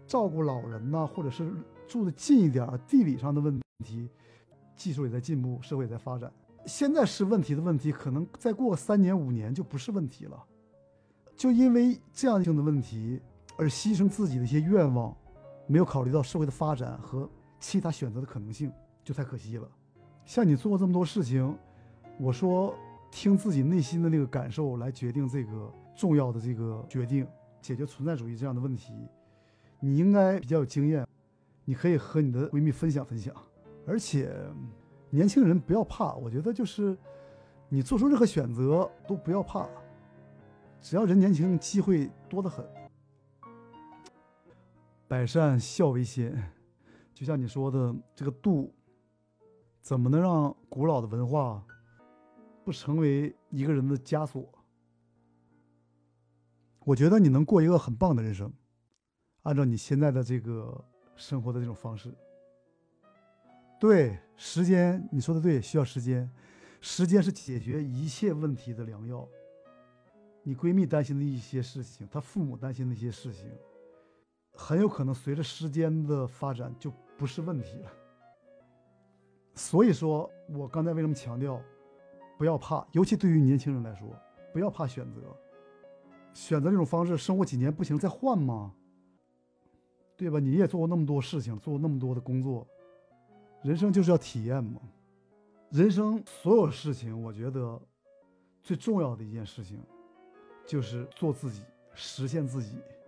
照顾老人呐，或者是住的近一点，地理上的问题，技术也在进步，社会也在发展。现在是问题的问题，可能再过3年5年就不是问题了。就因为这样性的问题而牺牲自己的一些愿望，没有考虑到社会的发展和其他选择的可能性，就太可惜了。像你做这么多事情，我说听自己内心的那个感受来决定这个重要的这个决定，解决存在主义这样的问题，你应该比较有经验，你可以和你的闺蜜分享分享。而且年轻人不要怕，我觉得就是你做出任何选择都不要怕，只要人年轻，机会多得很。百善孝为先，就像你说的，这个度怎么能让古老的文化不成为一个人的枷锁？我觉得你能过一个很棒的人生，按照你现在的这个生活的这种方式。对，时间，你说的对，需要时间，时间是解决一切问题的良药。你闺蜜担心的一些事情，她父母担心的一些事情，很有可能随着时间的发展就不是问题了。所以说我刚才为什么强调不要怕，尤其对于年轻人来说，不要怕选择，选择这种方式，生活几年不行再换吗？对吧？你也做过那么多事情，做过那么多的工作，人生就是要体验嘛。人生所有事情，我觉得最重要的一件事情就是做自己，实现自己。